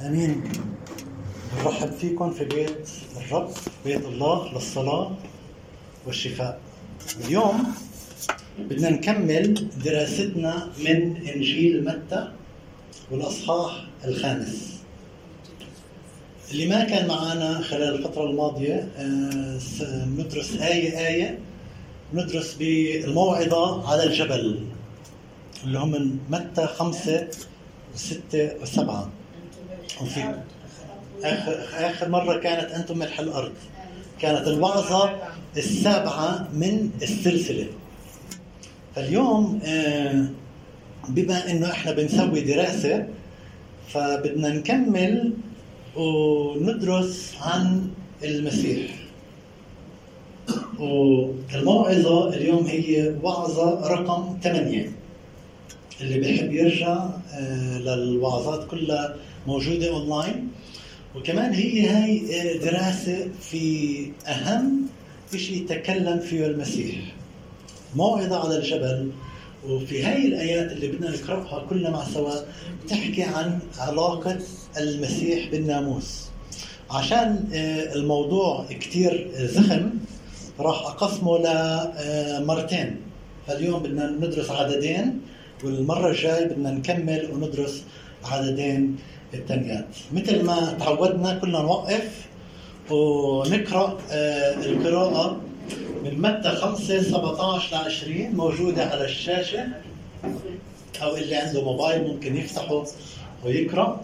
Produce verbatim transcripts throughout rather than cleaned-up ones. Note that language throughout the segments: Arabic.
امين. نرحب فيكم في بيت الرب، بيت الله للصلاة والشفاء. اليوم بدنا نكمل دراستنا من إنجيل متى والأصحاح الخامس. اللي ما كان معنا خلال الفترة الماضية ندرس آية آية، ندرس بالموعظة على الجبل اللي هم من متى خمسة وستة وسبعة. وفي آخر, آخر مرة كانت أنتم ملح الأرض، كانت الوعظة السابعة من السلسلة. فاليوم بما إنه إحنا بنسوي دراسة فبدنا نكمل وندرس عن المسيح. والموعظة اليوم هي وعظة رقم ثمانية. اللي بيحب يرجع للوعظات كلها موجودة أونلاين. وكمان هي هاي دراسة في أهم شيء تكلم فيه المسيح، موعظة على الجبل. وفي هاي الآيات اللي بدنا نقرأها كلنا مع سوا تحكي عن علاقة المسيح بالناموس. عشان الموضوع كتير زخم راح أقسمه لمرتين. فاليوم بدنا ندرس عددين، والمرة الجاي بدنا نكمل وندرس عددين التانيات. مثل ما تعودنا كلنا نوقف ونقرأ القراءة من متى خمسة سبعة عشر لعشرين موجودة على الشاشة، أو اللي عنده موبايل ممكن يفتحه ويقرأ.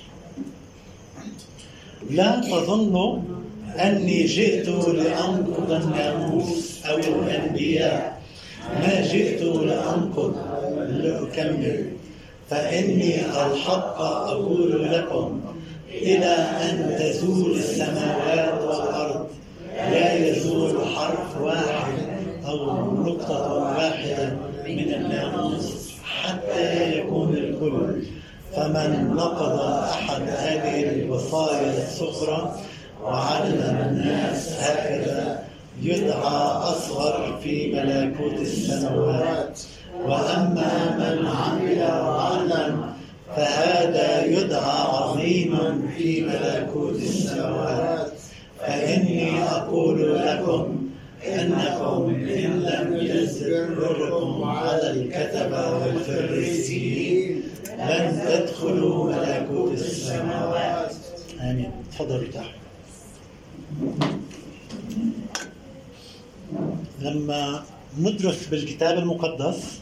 لا تظنوا أني جئت لأنقض الناموس أو الأنبياء، ما جئت لأنقض لأكمل. فإني الحق أقول لكم إلى أن تزول السماوات والأرض لا يزول حرف واحد أو نقطة واحدة من الناموس حتى يكون الكل. فمن نقض أحد هذه الوصايا الصغرى وعلم الناس هكذا يدعى أصغر في ملكوت السماوات، وأما من عمل وعلم فهذا يدعى عظيما في ملكوت السماوات. فإني أقول لكم أنكم إن لم يزد بركم على الكتبة والفريسيين لن تدخلوا ملكوت السماوات. آمين. تفضلوا تحت. لما ندرس بالكتاب المقدس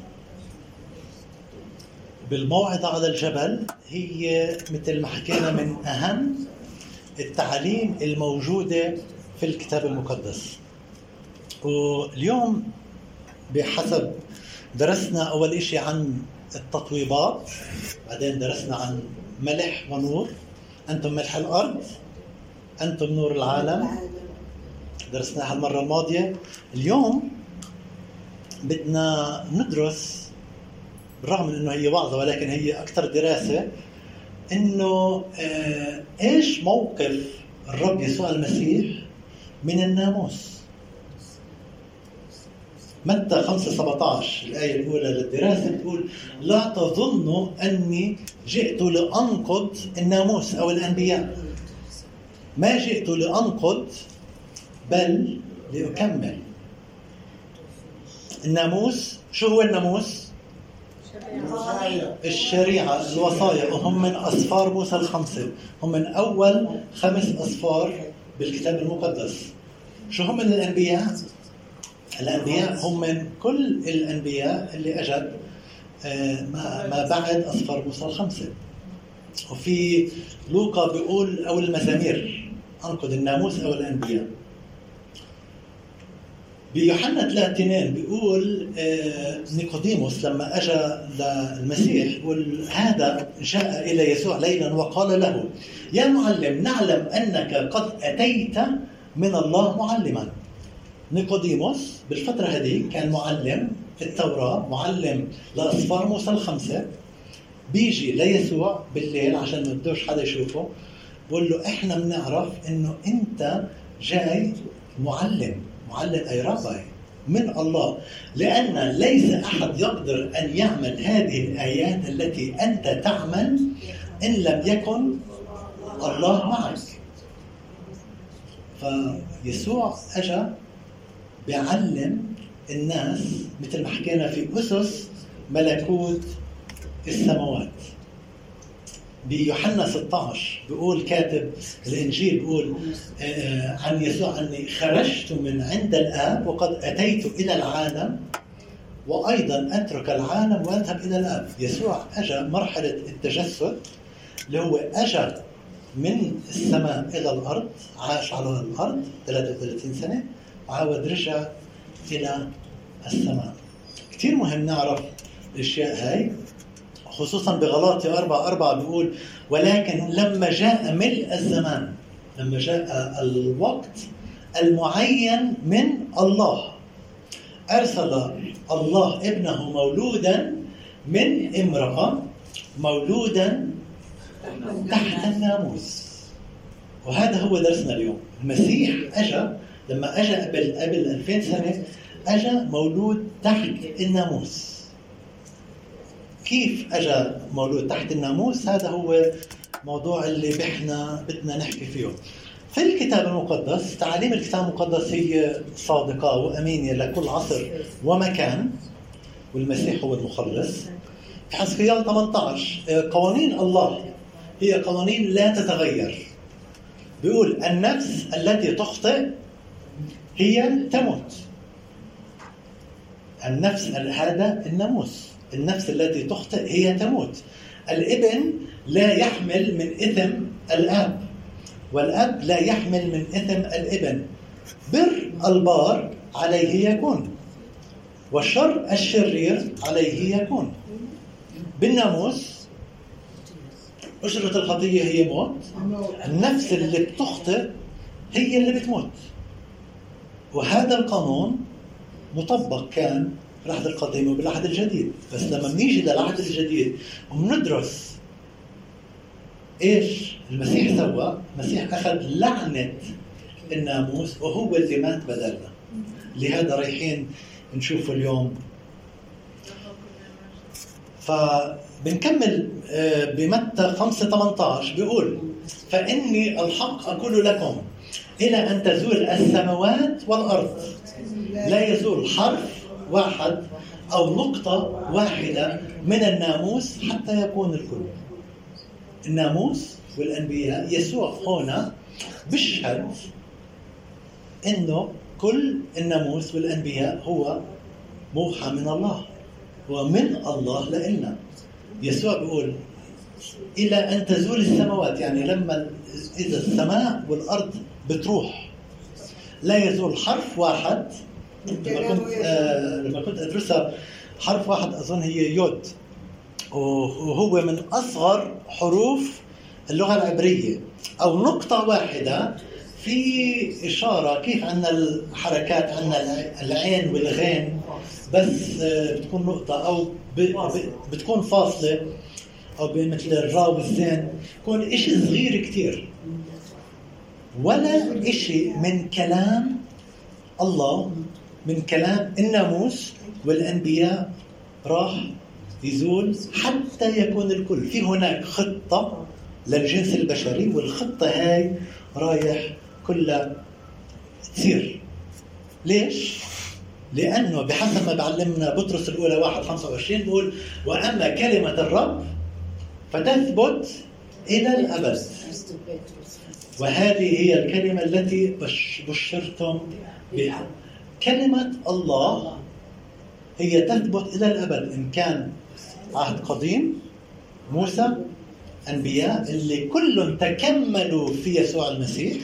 بالموعظة على الجبل، هي مثل ما حكينا من أهم التعاليم الموجودة في الكتاب المقدس. واليوم بحسب درسنا أول إشي عن التطويبات، بعدين درسنا عن ملح ونور. أنتم ملح الأرض، أنتم نور العالم، درسناها المرة الماضية. اليوم بدنا ندرس، بالرغم من أنه هي وعظة ولكن هي أكثر دراسة، أنه آه إيش موقف الرب يسوع المسيح من الناموس. متى خمسة سبعة عشر الآية الأولى للدراسة بتقول: لا تظنوا أني جئت لأنقض الناموس أو الأنبياء، ما جئت لأنقض بل لأكمل. الناموس شو هو الناموس؟ الشريعة، الوصايا، وهم من أسفار موسى الخمسة، هم من أول خمس أسفار بالكتاب المقدس. شو هم من الأنبياء؟ الأنبياء هم من كل الأنبياء اللي أجد ما بعد أسفار موسى الخمسة. وفي لوقا بيقول أو المزامير أنقض الناموس أو الأنبياء. بيوحنا ثلاثة اثنين بيقول نيقوديموس لما أجى للمسيح يقول: هذا جاء إلى يسوع ليلا وقال له: يا معلم، نعلم أنك قد أتيت من الله معلما. نيقوديموس بالفترة هذه كان معلم في التوراة، معلم لأسفار موسى الخمسة. بيجي ليسوع بالليل عشان ما بدوش حدا يشوفه، بقول له: إحنا بنعرف إنه أنت جاي معلم، معلم أي رابي من الله، لأن ليس أحد يقدر أن يعمل هذه الآيات التي أنت تعمل إن لم يكن الله معك. فيسوع اجى بيعلم الناس مثل ما حكينا في أسس ملكوت السماوات. بيوحنا ستة عشر بيقول كاتب الإنجيل بيقول عن يسوع أني خرجت من عند الآب وقد أتيت إلى العالم وأيضا أترك العالم وأذهب إلى الآب. يسوع أجى مرحلة التجسد اللي هو أجى من السماء إلى الأرض، عاش على الأرض ثلاثة وثلاثين سنة وعاود رجع إلى السماء. كتير مهم نعرف الأشياء هاي، خصوصا بغلاطي أربعة أربعة بيقول ولكن لما جاء ملء الزمان، لما جاء الوقت المعين من الله أرسل الله ابنه مولودا من امرأة مولودا تحت الناموس. وهذا هو درسنا اليوم. المسيح أجى لما أجى قبل قبل ألفين سنة، أجى مولود تحت الناموس. كيف أجى مولود تحت الناموس؟ هذا هو موضوع اللي بإحنا بدنا نحكي فيه. في الكتاب المقدس تعاليم الكتاب المقدس هي صادقة وأمينة لكل عصر ومكان، والمسيح هو المخلص. في حزقيال ثمانية عشر قوانين الله هي قوانين لا تتغير. بيقول النفس التي تخطئ هي تموت. النفس هذا الناموس، النفس التي تخطئ هي تموت. الابن لا يحمل من إثم الآب، والأب لا يحمل من إثم الابن. بر البار عليه يكون، والشر الشرير عليه يكون. بالناموس أجرة الخطية هي موت. النفس اللي بتخطئ هي اللي بتموت. وهذا القانون مطبق كان في العهد القديم وبالعهد الجديد. بس لما بنيجي للعهد الجديد وبندرس ايش المسيح سوى، المسيح اخذ لعنة الناموس وهو اللي مات بدلنا. لهذا رايحين نشوفه اليوم. فبنكمل بمتى خمسة ثمانية عشر بيقول فإني الحق أقول لكم إلى أن تزول السماوات والأرض لا يزول حرف واحد أو نقطة واحدة من الناموس حتى يكون الكل. الناموس والأنبياء، يسوع هنا بيشهد إنه كل الناموس والأنبياء هو موحى من الله ومن الله لإلنا. يسوع بيقول إلى أن تزول السماوات، يعني لما إذا السماء والأرض بتروح لا يزول حرف واحد. لما كنت آه لما كنت أدرسها حرف واحد أظن هي يود، وهو من أصغر حروف اللغة العبرية. أو نقطة واحدة في إشارة كيف عندنا الحركات، عندنا العين والغين بس بتكون نقطة، أو بتكون فاصلة، أو مثل الراء والزين يكون إشي صغير كتير. ولا إشي من كلام الله، من كلام الناموس والأنبياء راح يزول حتى يكون الكل. في هناك خطة للجنس البشري، والخطة هاي رايح كلها تصير. ليش؟ لأنه بحسب ما بعلمنا بطرس الأولى واحد خمسة وعشرين بيقول وأما كلمة الرب فتثبت إلى الأبد، وهذه هي الكلمة التي بشرتم بها. كلمة الله هي تثبت إلى الأبد، إن كان عهد قديم موسى أنبياء اللي كلهم تكملوا في يسوع المسيح،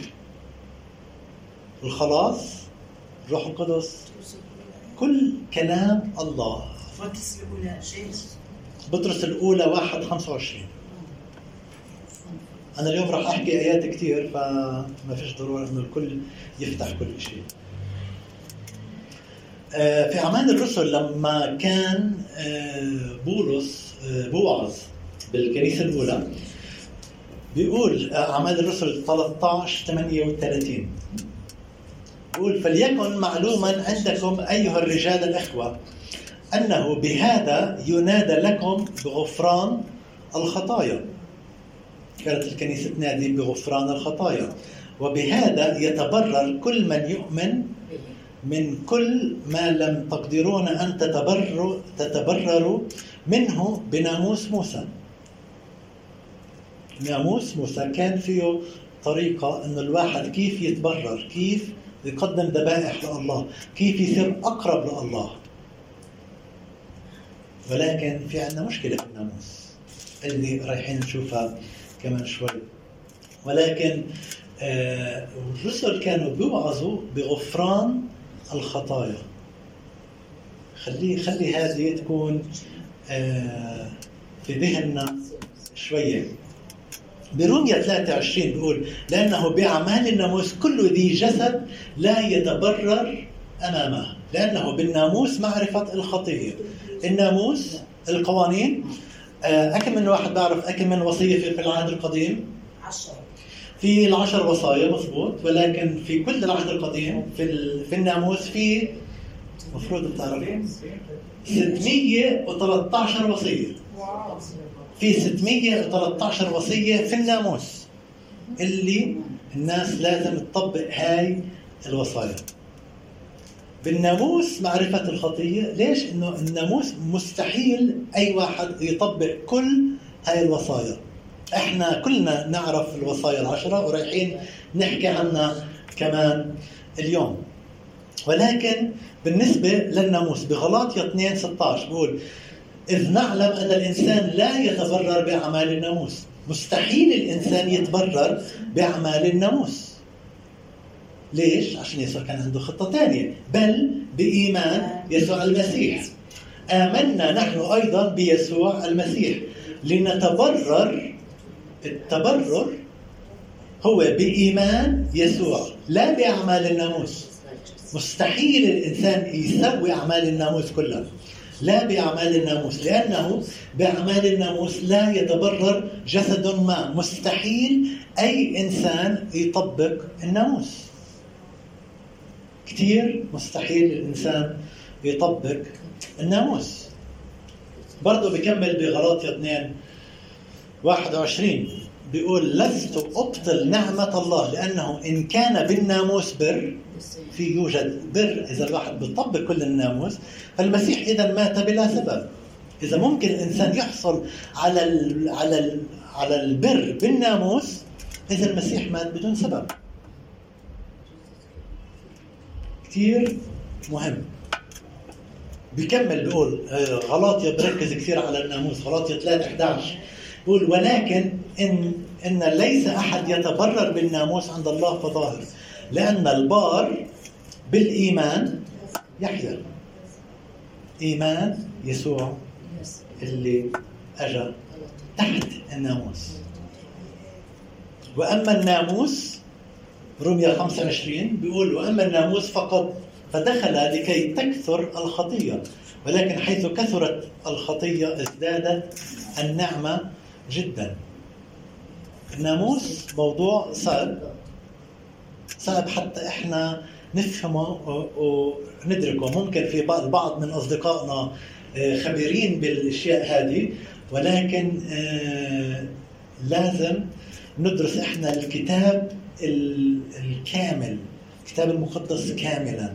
الخلاص الروح القدس، كل كلام الله. بطرس الأولى شيء بطرس الأولى واحد خمسة وعشرين. أنا اليوم راح أحكي آيات كتير فما فيش ضرورة إنه الكل يفتح كل شيء. في أعمال الرسل لما كان بولس بوعظ بالكنيسة الأولى بيقول أعمال الرسل ثلاثة عشر ثمانية وثلاثين بيقول فليكن معلوما عندكم أيها الرجال الأخوة أنه بهذا ينادى لكم بغفران الخطايا كانت الكنيسة تنادي بغفران الخطايا، وبهذا يتبرر كل من يؤمن من كل ما لم تقدرون أن تتبرروا تتبرروا منه بناموس موسى. ناموس موسى كان فيه طريقة أن الواحد كيف يتبرر، كيف يقدم ذبائح لله، كيف يصير أقرب لله. ولكن في عندنا مشكلة في الناموس اللي رايحين نشوفها كمان شوي. ولكن آه الرسل كانوا بيوعظوا بغفران الخطايا. خلي خلي هذه تكون آه في ذهننا شوية. برومية ثلاثة وعشرين بيقول لأنه بأعمال الناموس كل ذي جسد لا يتبرر أمامه، لأنه بالناموس معرفة الخطية. الناموس القوانين آه أكم من واحد بعرف أكم من وصية في العهد القديم؟ عشرة. في العشر وصايا مضبوط، ولكن في كل العهد القديم في في الناموس في مفروض بتعرفين ستمية وثلاثة عشر وصية. في ستمية وثلاثة عشر وصية في الناموس اللي الناس لازم تطبق هاي الوصايا. بالناموس معرفة الخطية. ليش؟ إنه الناموس مستحيل أي واحد يطبق كل هاي الوصايا. احنا كلنا نعرف الوصايا العشرة ورايحين نحكي عنها كمان اليوم. ولكن بالنسبة للناموس بغلاطية اثنين ستة عشر بيقول إذ نعلم أن الإنسان لا يتبرر بأعمال الناموس. مستحيل الإنسان يتبرر بأعمال الناموس. ليش؟ عشان يسوع كان عنده خطة ثانية، بل بإيمان يسوع المسيح. آمنا نحن أيضا بيسوع المسيح لنتبرر. التبرر هو بإيمان يسوع لا بأعمال الناموس. مستحيل الإنسان يسوي أعمال الناموس كلها، لا بأعمال الناموس، لأنه بأعمال الناموس لا يتبرر جسد ما. مستحيل أي إنسان يطبق الناموس. كتير مستحيل الإنسان يطبق الناموس. برضو بيكمل بغلاطية اثنين واحد وعشرين بيقول لست أبطل نعمة الله لأنه إن كان بالناموس بر في يوجد بر. إذا الواحد بيطبق كل الناموس فالمسيح إذا مات بلا سبب. إذا ممكن الإنسان يحصل على ال على ال على البر بالناموس، إذا المسيح مات بدون سبب. كثير مهم. بيكمل بيقول غلاطية بركز كثير على الناموس. غلاطية ثلاثة أحد عشر بيقول ولكن إن إن ليس أحد يتبرر بالناموس عند الله فظاهر، لأن البار بالإيمان يحيى. إيمان يسوع اللي أجا تحت الناموس. وأما الناموس رومية خمسة وعشرين بيقول وأما الناموس فقط فدخل لكي تكثر الخطية، ولكن حيث كثرت الخطية ازدادت النعمة جدا. الناموس موضوع صعب صعب حتى احنا نفهمه وندركه. ممكن في البعض من أصدقائنا خبيرين بالاشياء هذه، ولكن لازم ندرس احنا الكتاب الكامل، الكتاب المقدس كاملا.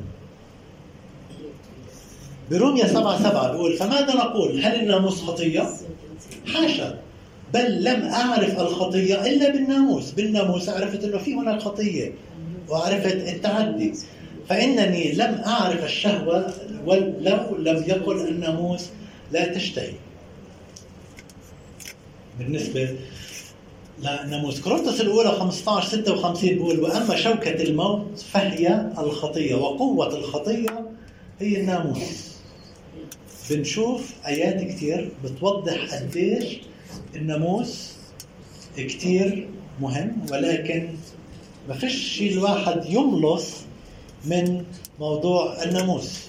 برومية سبعة سبعة بيقول فماذا نقول؟ هل الناموس خطية؟ حاشا، بل لم أعرف الخطية إلا بالناموس. بالناموس عرفت أنه في هناك خطية وعرفت التعدي، فإنني لم أعرف الشهوة ولو لم يقل الناموس لا تشتهي. بالنسبة لناموس كورنثوس الأولى خمسة عشر ستة وخمسين بيقول وأما شوكة الموت فهي الخطية وقوة الخطية هي الناموس. بنشوف آيات كتير بتوضح قديش الناموس كتير مهم، ولكن ما فيش شيء الواحد يملص من موضوع الناموس.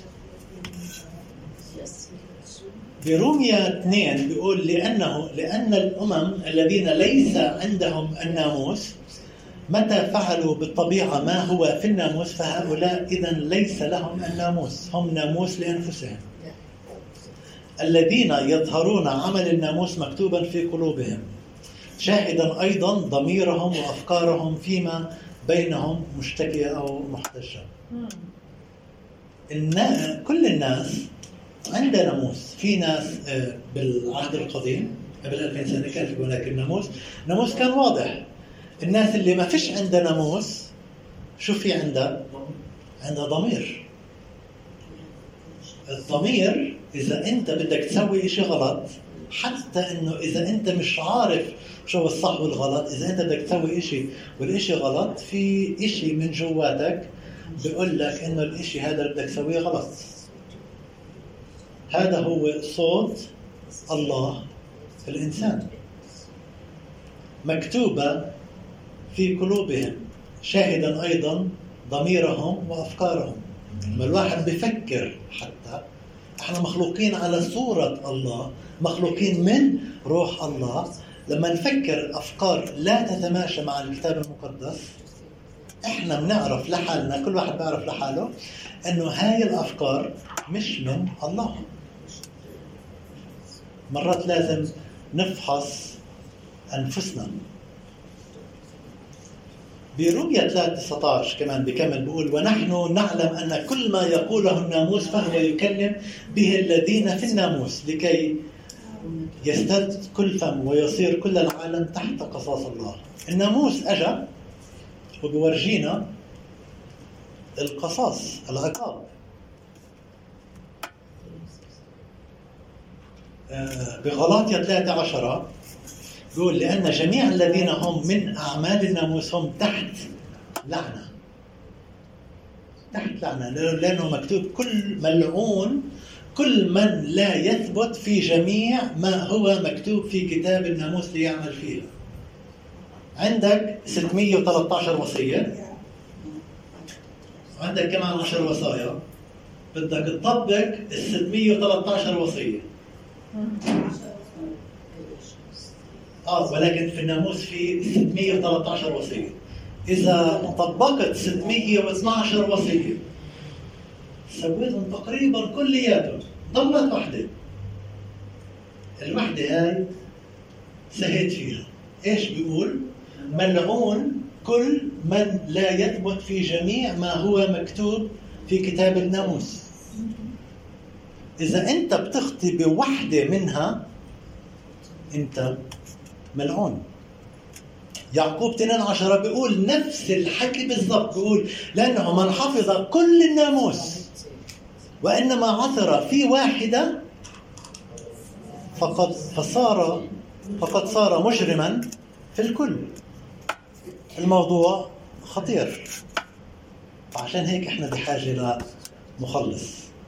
برومية اثنين بيقول لأنه لأن الأمم الذين ليس عندهم الناموس متى فعلوا بالطبيعة ما هو في الناموس فهؤلاء إذن ليس لهم الناموس، هم ناموس لأنفسهم. الذين يظهرون عمل الناموس مكتوبا في قلوبهم شاهدا أيضا ضميرهم وأفكارهم فيما بينهم مشتكية أو محتجة. النا... كل الناس عندها ناموس. في ناس بالعهد القديم قبل ألفين سنة كان في هناك الناموس، ناموس كان واضح. الناس اللي ما فيش عندها ناموس شو في عندها؟ عندها ضمير. الضمير إذا أنت بدك تسوي إشي غلط، حتى إنه إذا أنت مش عارف شو الصح والغلط، إذا أنت بدك تسوي إشي والإشي غلط، في إشي من جواتك بيقول لك إنه الإشي هذا اللي بدك تسويه غلط. هذا هو صوت الله في الإنسان. مكتوبة في قلوبهم شاهدا أيضا ضميرهم وأفكارهم. لما الواحد بفكر، حتى احنا مخلوقين على صورة الله، مخلوقين من روح الله. لما نفكر أفكار لا تتماشى مع الكتاب المقدس، احنا بنعرف لحالنا، كل واحد بيعرف لحاله انه هاي الأفكار مش من الله. مرات لازم نفحص أنفسنا. برمية ثلاثة تسعة عشر كمان بكمل بيقول: ونحن نعلم أن كل ما يقوله الناموس فهو يكلم به الذين في الناموس، لكي يستد كل فم ويصير كل العالم تحت قصاص الله. الناموس أجا وبيورجينا القصاص، العقاب. بغلاطية ثلاثة عشر بيقول: لأن جميع الذين هم من أعمال الناموس هم تحت لعنة. تحت لعنة لأنه مكتوب: كل ملعون كل من لا يثبت في جميع ما هو مكتوب في كتاب الناموس ليعمل فيه. عندك ستمية وثلاثة عشر وصية، عندك كمان عشر وصايا، بدك تطبق ال ستمية وثلاثة عشر وصية. آه ولكن في الناموس في ستمية وثلاثة عشر وصية. إذا طبقت ستمية واثني عشر وصية سويتهم تقريبا كلياتهم، ضمت واحدة. الوحدة هاي سهيت فيها. إيش بيقول؟ ملعون كل من لا يثبت في جميع ما هو مكتوب في كتاب الناموس. إذا أنت بتخطي بوحدة منها أنت ملعون. يعقوب اثنين عشر بيقول نفس الحكي بالضبط، بيقول: لأنه من حفظ كل الناموس وإنما عثر في واحدة فقد فصار فقد صار مجرما في الكل. الموضوع خطير، عشان هيك احنا بحاجة لمخلص.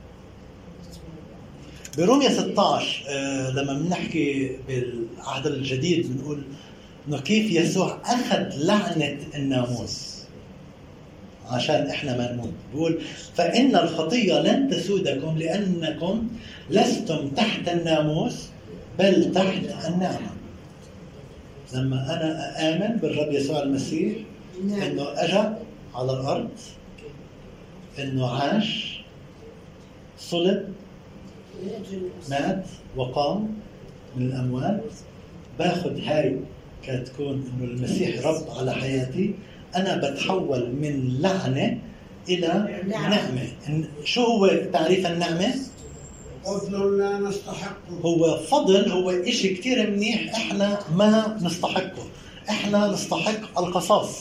برمية ستة عشر آه لما بنحكي بالعهد الجديد بنقول انه كيف يسوع اخذ لعنة الناموس عشان احنا ما نموت. بيقول: فإن الخطية لن تسودكم لأنكم لستم تحت الناموس بل تحت النعمة. لما أنا آمن بالرب يسوع المسيح إنه أجا على الأرض، إنه عاش، صلب، مات وقام من الأموات، باخد هاي كتكون إنه المسيح رب على حياتي. أنا بتحول من لعنة إلى نعمة. شو هو تعريف النعمة؟ فضل لا نستحقه. هو فضل، هو إشي كتير منيح إحنا ما نستحقه. إحنا نستحق القصاص،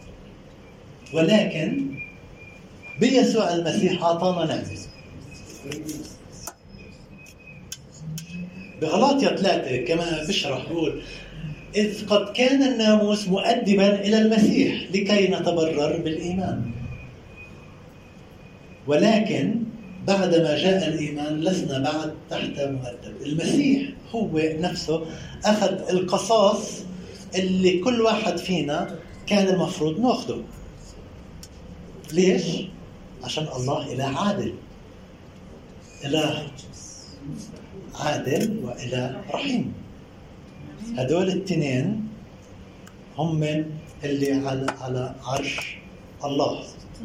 ولكن بيسوع المسيح أعطانا نعمة. بغلاطية ثلاثة كما بشرح بيقول: إذ قد كان الناموس مؤدبا إلى المسيح لكي نتبرر بالإيمان، ولكن بعدما جاء الإيمان لسنا بعد تحت مؤدب. المسيح هو نفسه أخذ القصاص اللي كل واحد فينا كان المفروض نأخذه. ليش؟ عشان الله إله عادل، إله عادل وإله رحيم. هدول التنين هم اللي على على عرش الله.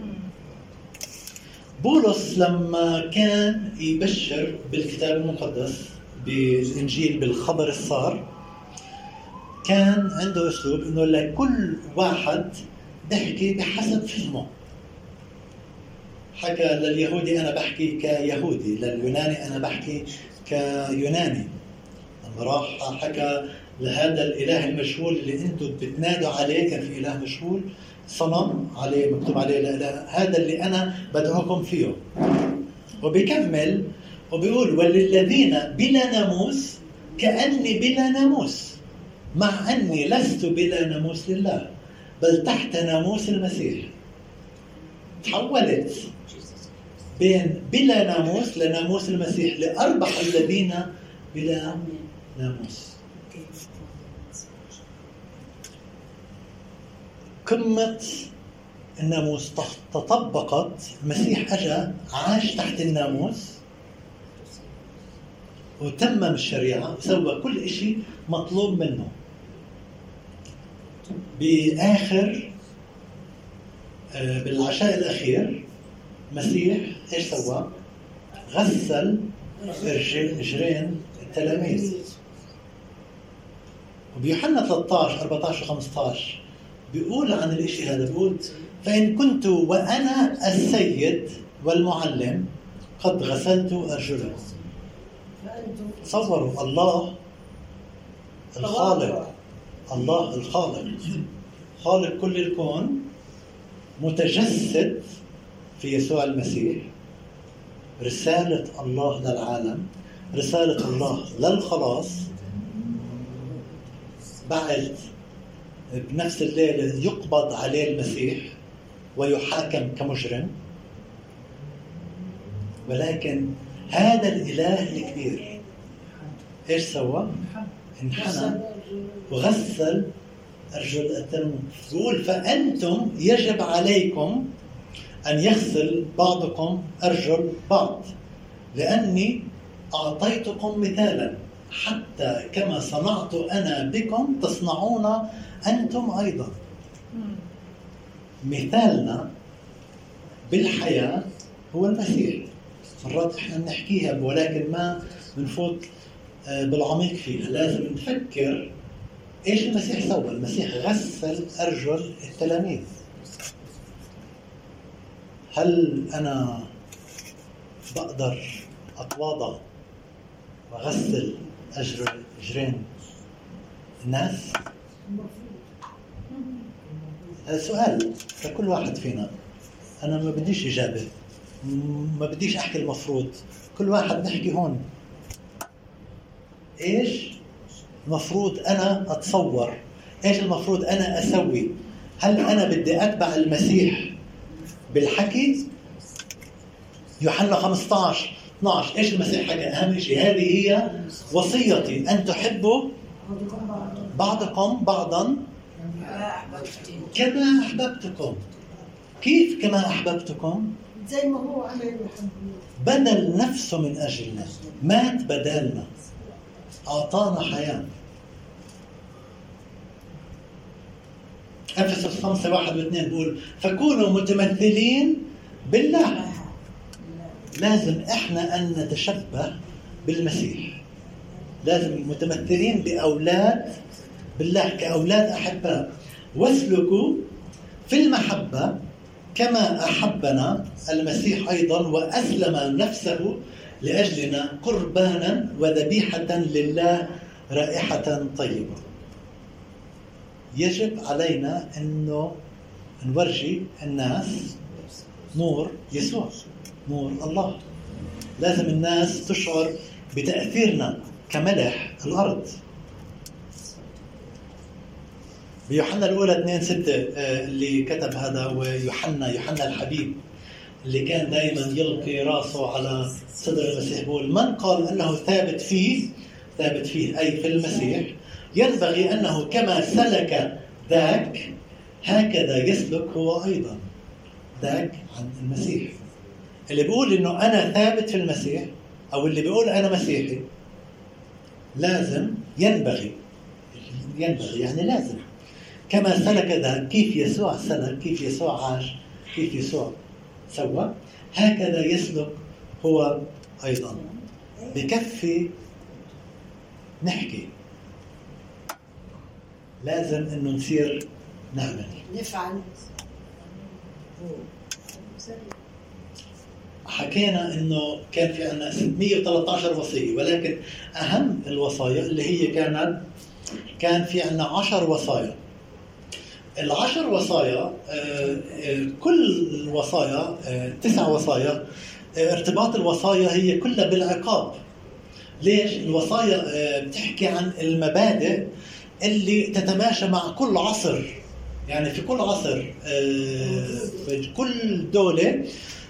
بولس لما كان يبشر بالكتاب المقدس بالإنجيل بالخبر الصار، كان عنده أسلوب إنه لكل واحد بحكي بحسب فهمه. حكى لليهودي أنا بحكي كيهودي، لليوناني أنا بحكي كيوناني. لما راح حكى لهذا الإله المجهول اللي أنتم بتنادوا عليه، كان في إله مجهول صنم عليه مكتوب عليه الإله هذا اللي أنا بدعوكم فيه. وبيكمل وبيقول وللذين بلا ناموس كأني بلا ناموس، مع أني لست بلا ناموس لله بل تحت ناموس المسيح. تحولت بين بلا ناموس لناموس المسيح لأربح الذين بلا ناموس. قمة الناموس تطبقت، المسيح أجا عاش تحت الناموس وتمم الشريعة وسوى كل شيء مطلوب منه. بآخر بالعشاء الأخير مسيح إيش سوى؟ غسل رجلين التلاميذ. وبيوحنا ثلاثة عشر أربعة عشر خمسة عشر بيقول عن الإشي هذا، بيقول فإن كنت وأنا السيد والمعلم قد غسلت أرجلهم. تصوروا الله الخالق، الله الخالق خالق كل الكون متجسد في يسوع المسيح، رسالة الله للعالم، رسالة الله للخلاص. بعد بنفس الليلة يقبض عليه المسيح ويحاكم كمجرم، ولكن هذا الإله الكبير إيش سوى؟ انحنى وغسل أرجل التلاميذ. يقول فأنتم يجب عليكم أن يغسل بعضكم أرجل بعض، لأني أعطيتكم مثالا حتى كما صنعت أنا بكم تصنعون أنتم أيضا. مثالنا بالحياة هو المسيح. مرات احنا نحكيها ولكن ما بنفوت بالعميق فيها. لازم نفكر ايش المسيح سوى. المسيح غسل أرجل التلاميذ. هل أنا بقدر أتواضع وأغسل أجرين الناس؟ هذا سؤال لكل واحد فينا. أنا ما بديش إجابة، ما بديش أحكي المفروض. كل واحد نحكي هون إيش المفروض أنا أتصور، إيش المفروض أنا أسوي. هل أنا بدي أتبع المسيح بالحكي؟ يوحنا خمسة عشر اثنا عشر إيش المسيح حكى؟ أهم شيء هذه هي وصيتي أن تحبوا بعضكم بعضا كما أحببتكم. كيف كما أحببتكم؟ زي ما هو عمل بدل نفسه من أجلنا، مات بدالنا، أعطانا حياة. أفسس خمسة واحد واثنين بيقول فكونوا متمثلين بالله. لازم إحنا أن نتشبه بالمسيح. لازم متمثلين بأولاد بالله كأولاد أحباء. واسلكوا في المحبة كما أحبنا المسيح أيضا وأسلم نفسه لأجلنا قربانا وذبيحة لله رائحة طيبة. يجب علينا أنه نورجي الناس نور يسوع، نور الله. لازم الناس تشعر بتأثيرنا كملح الأرض. بيوحنا الأولى اثنين ستة اللي كتب هذا ويوحنا يوحنا الحبيب اللي كان دائما يلقي راسه على صدر المسيح بيقول من قال أنه ثابت فيه، ثابت فيه أي في المسيح، ينبغي أنه كما سلك ذاك هكذا يسلك هو أيضا. ذاك عن المسيح. اللي بيقول إنه أنا ثابت في المسيح أو اللي بيقول أنا مسيحي لازم ينبغي ينبغي يعني لازم كما سلك ذاك، كيف يسوع سلك، كيف يسوع عاش، كيف يسوع سوى، هكذا يسلك هو أيضا. بكفي نحكي لازم إنه نصير نعمل نفعل. حكينا إنه كان في عنا ستمئة وثلاثة عشر وصية، ولكن أهم الوصايا اللي هي كانت كان في عنا عشر وصايا. العشر وصايا كل الوصايا تسع وصايا، ارتباط الوصايا هي كلها بالعقاب. ليش؟ الوصايا بتحكي عن المبادئ اللي تتماشى مع كل عصر، يعني في كل عصر في كل دولة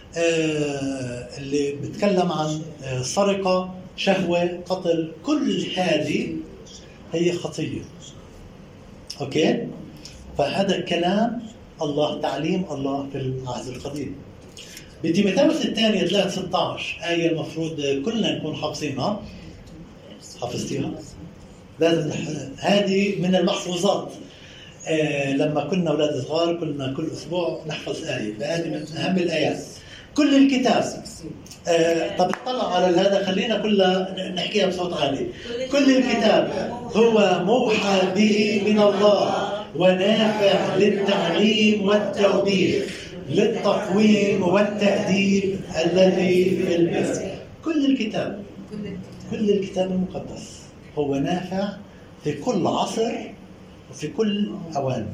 اللي بتكلم عن سرقة، شهوة، قتل، كل هذه هي خطية. أوكي؟ فهذا كلام الله، تعليم الله في العهد القديم. بتيموثاوس الثانية ثلاثة ستة عشر آية المفروض كلنا نكون حافظينها. حافظتيها؟ لازم هذه من المحفوظات. آه لما كنا أولاد صغار كنا كل أسبوع نحفظ آية، فهذه من أهم الآيات. كل الكتاب آه طب اطلع على هذا، خلينا كلها نحكيها بصوت عالي. كل الكتاب هو موحى به من الله ونافع للتعليم والتوبيخ للتقويم والتأديب الذي في البر. كل الكتاب كل الكتاب المقدس هو نافع في كل عصر وفي كل أوان.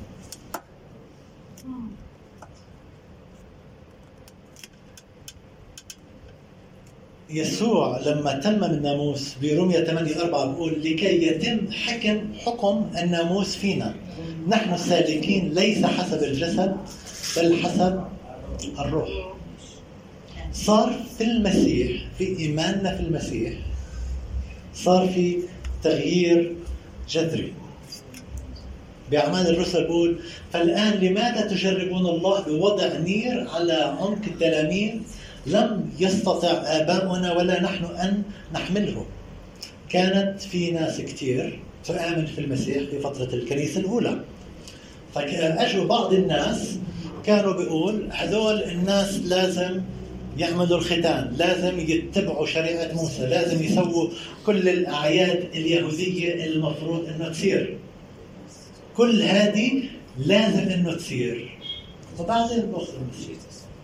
يسوع لما تمم الناموس برمية ثمانية أربعة بيقول لكي يتم حكم حكم الناموس فينا نحن السالكين ليس حسب الجسد بل حسب الروح. صار في المسيح، في إيماننا في المسيح صار في تغيير جذري. بأعمال الرسل بيقول فالآن لماذا تجربون الله بوضع نير على عنق التلاميذ لم يستطع آباؤنا ولا نحن أن نحمله. كانت في ناس كتير تؤمن في المسيح في فترة الكنيسة الأولى، فأجوا بعض الناس كانوا بيقول هذول الناس لازم يعملوا الختان، لازم يتبعوا شريعة موسى، لازم يسووا كل الأعياد اليهودية المفروض أنه تصير، كل هذه لازم أنه تصير. وبعدين بأخذ المسيح.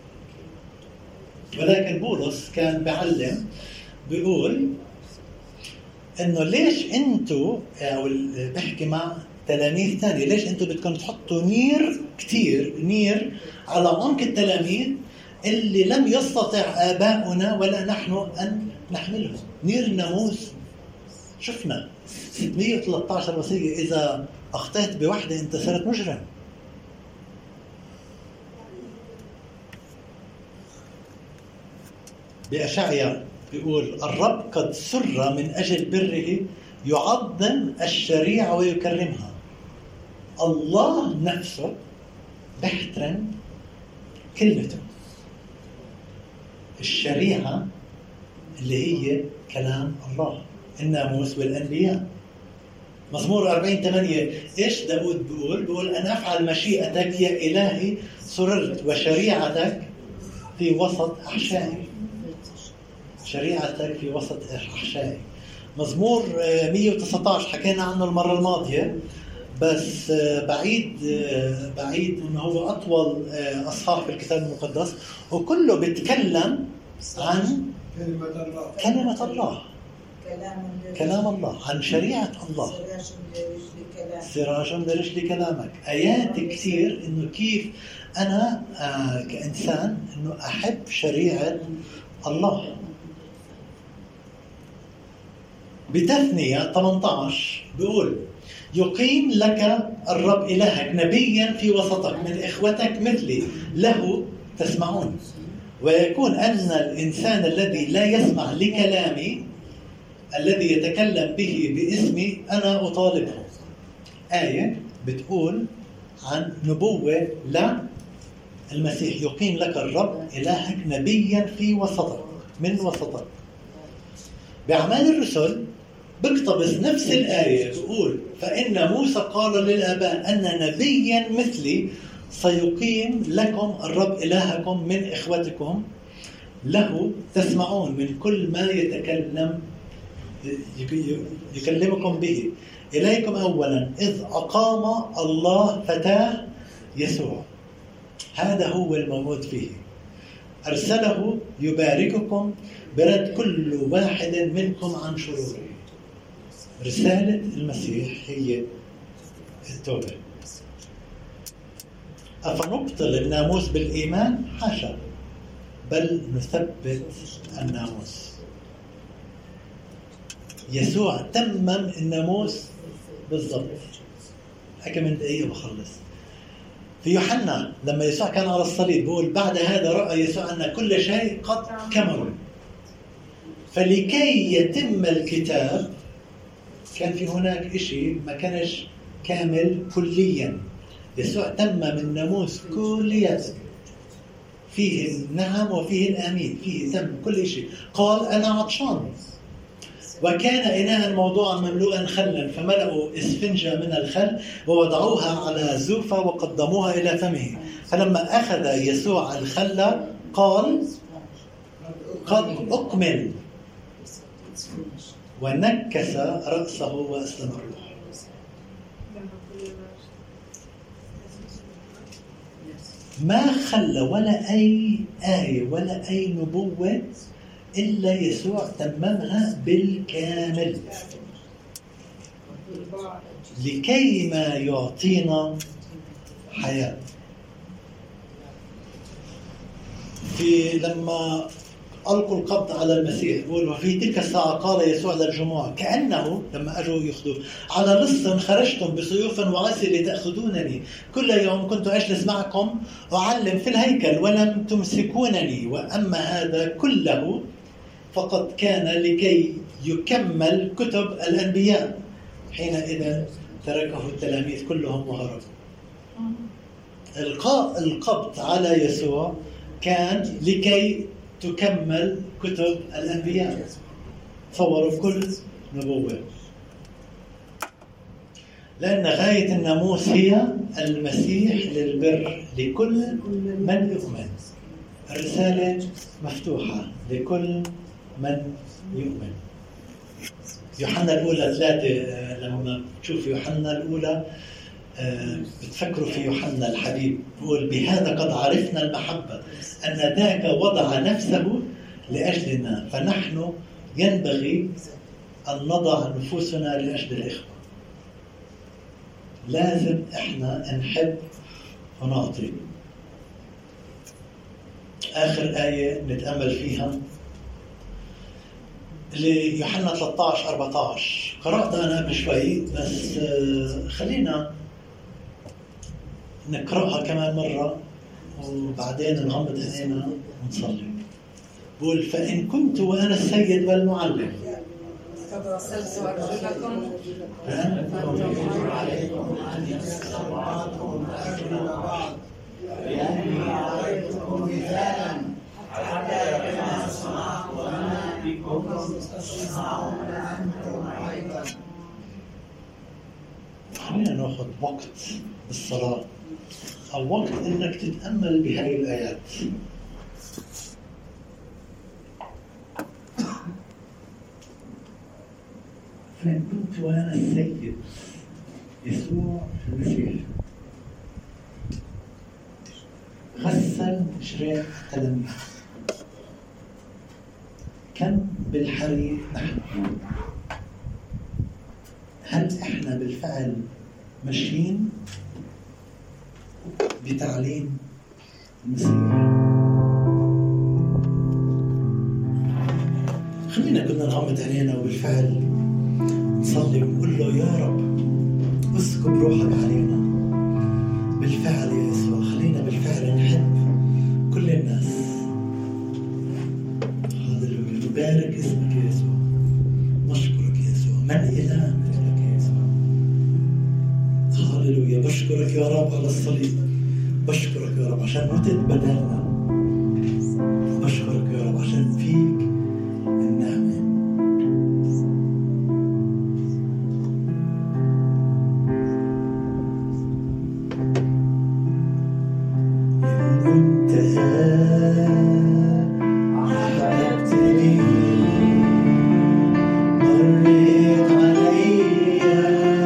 ولكن بولس كان بيعلم بيقول انه ليش انتوا، او بحكي مع تلاميذ ثاني، ليش انتوا بدكم تحطوا نير كتير نير على عنق التلاميذ اللي لم يستطع آباؤنا ولا نحن ان نحمله. نير الناموس شفنا ستمئة وثلاثة عشر وصية، اذا اخطأت بوحدة انت صرت مجرم. بأشعياء بيقول الرب قد سر من أجل بره يعظم الشريعة ويكرمها. الله نفسه بيحترم كلمته، الشريعة اللي هي كلام الله، الناموس والأنبياء. مزمور أربعين ثمانية إيش داود بيقول؟ بيقول أن أفعل مشيئتك يا إلهي سررت وشريعتك في وسط أحشائي. شريعتك في وسط أحشائي. مزمور مئة وتسعة عشر حكينا عنه المرة الماضية، بس بعيد بعيد إنه هو أطول أصحاح في الكتاب المقدس، وكله بيتكلم عن كلمة الله كلمة الله كلام الله، عن شريعة الله. سراج لرجل كلامك. آيات كثير إنه كيف أنا كإنسان إنه أحب شريعة الله. بتثنية ثمانية عشر بيقول يقيم لك الرب إلهك نبيا في وسطك من إخوتك مثلي له تسمعون، ويكون أن الإنسان الذي لا يسمع لكلامي الذي يتكلم به باسمي أنا أطالبه. آية بتقول عن نبوة للمسيح، يقيم لك الرب إلهك نبيا في وسطك من وسطك. بأعمال الرسل بيقتبس نفس الآية بيقول فإن موسى قال للآباء أن نبيا مثلي سيقيم لكم الرب إلهكم من إخوتكم له تسمعون من كل ما يتكلم يكلمكم به. إليكم أولا إذ أقام الله فتاه يسوع، هذا هو الموعود فيه، أرسله يبارككم برد كل واحد منكم عن شروره. رسالة المسيح هي التوبة. أفنبطل الناموس بالإيمان؟ حاشا، بل نثبت الناموس. يسوع تمم الناموس بالضبط. هكذا من دقيقة بخلص. في يوحنا لما يسوع كان على الصليب بيقول بعد هذا رأى يسوع أن كل شيء قد كمل، فلكي يتم الكتاب كان في هناك شيء ما كانش كامل كليا. يسوع تمم الناموس كليا، فيه النعم وفيه الآمين، فيه تم كل شيء. قال أنا عطشان، وكان إناء موضوعا مملوءا خلا، فملأوا إسفنجة من الخل ووضعوها على زوفة وقدموها إلى فمه. فلما أخذ يسوع الخل قال قد أكمل، ونكس رأسه وأسلم الروح. ما خلى ولا أي آية ولا أي نبوة إلا يسوع تممها بالكامل، لكي ما يعطينا حياة. في لما ألقوا القبض على المسيح بقول وفي تلك الساعة قال يسوع للجموع كأنه لما أجوا يأخذوا على لص خرجتم بسيوف وعسى لتأخذونني، كل يوم كنت أجلس معكم أعلم في الهيكل ولم تمسكونني، وأما هذا كله فقد كان لكي يكمل كتب الأنبياء. حينئذ تركه التلاميذ كلهم وهربوا. إلقاء القبض على يسوع كان لكي تكمل كتب الأنبياء، صوروا كل نبوة، لأن غاية الناموس هي المسيح للبر لكل من يؤمن. الرسالة مفتوحة لكل من يؤمن. يوحنا الأولى ثلاثة، لما تشوف يوحنا الأولى بتفكروا في يوحنا الحبيب، يقول بهذا قد عرفنا المحبة أن ذاك وضع نفسه لأجلنا، فنحن ينبغي أن نضع نفوسنا لأجل الإخوة. لازم إحنا نحب ونعطي. آخر آية نتأمل فيها ليوحنا ثلاثة عشر أربعة عشر، قرأت أنا بشوي بس خلينا نقرأها كمان مرة وبعدين نغمض عينينا ونصلي. بقول فإن كنت وأنا السيد والمعلم قد غسلت أرجلكم فأنتم عليكم أن يتصوركم أجل بعض، لأني أعطيتكم مثالا حتى كما صنعت أنا بكم تصنعون أنتم أيضا. خلينا ناخذ وقت بالصلاة أو وقت إنك تتأمل بهذه الآيات. فإن كنت وأنا السيد يسوع المسيح غسل شريع التلاميذ، كم بالحري نحن؟ هل إحنا بالفعل ماشيين بتعليم المسيح؟ خلينا كنا نغمض عينينا وبالفعل نصلي ونقول له يا رب اسكب روحك علينا بالفعل يا يسوع. خلينا بالفعل نحب كل الناس. هللويا، نبارك اسمك يا يسوع، نشكرك يا يسوع، من إله مثلك يا يسوع. هللويا، بشكرك يا رب على الصليب، بشكرك يا رب عشان متت بدلنا، بشكرك يا رب عشان فيك النعمة. أحببتني مريت علي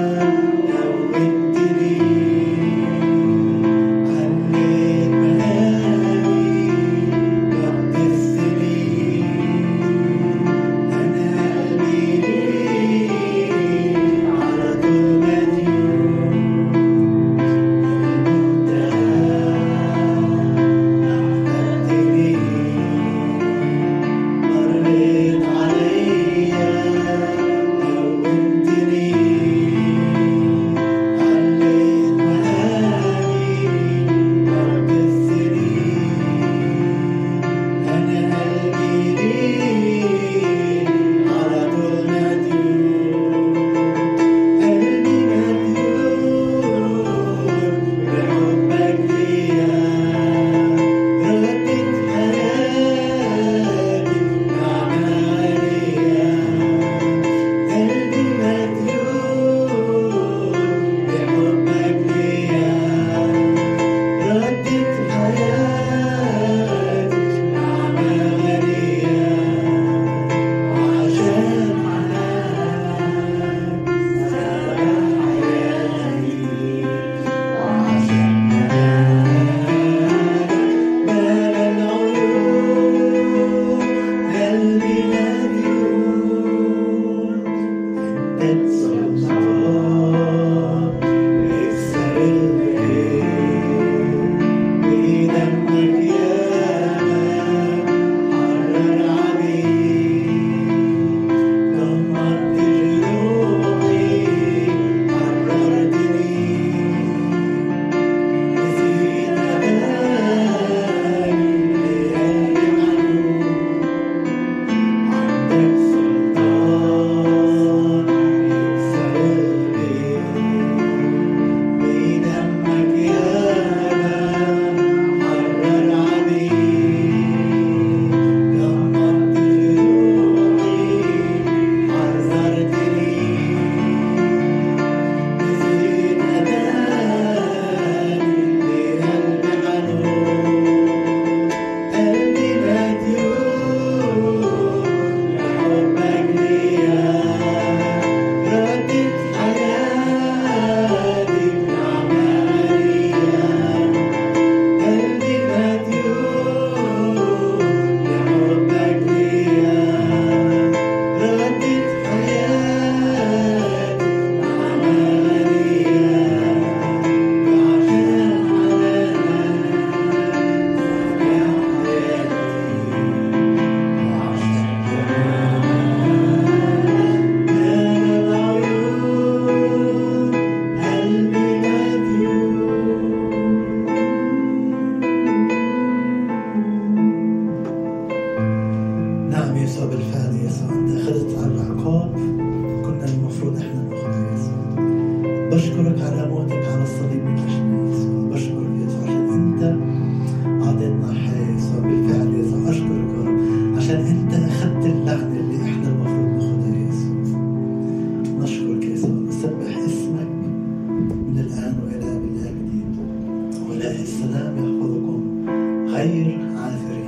بشكرك على موتك على الصليب من أجلنا يسوع. بشكرك يا يسوع عشان أنت أعطيتنا حياة يسوع. بالفعل يا يسوع أشكرك يا رب عشان أنت أخذت اللعنة اللي إحنا المفروض ناخدها يا يسوع. نشكرك يا يسوع، نسبح اسمك من الآن وإلى أبد الآبدين. وإله السلام يحفظكم غير عاثر.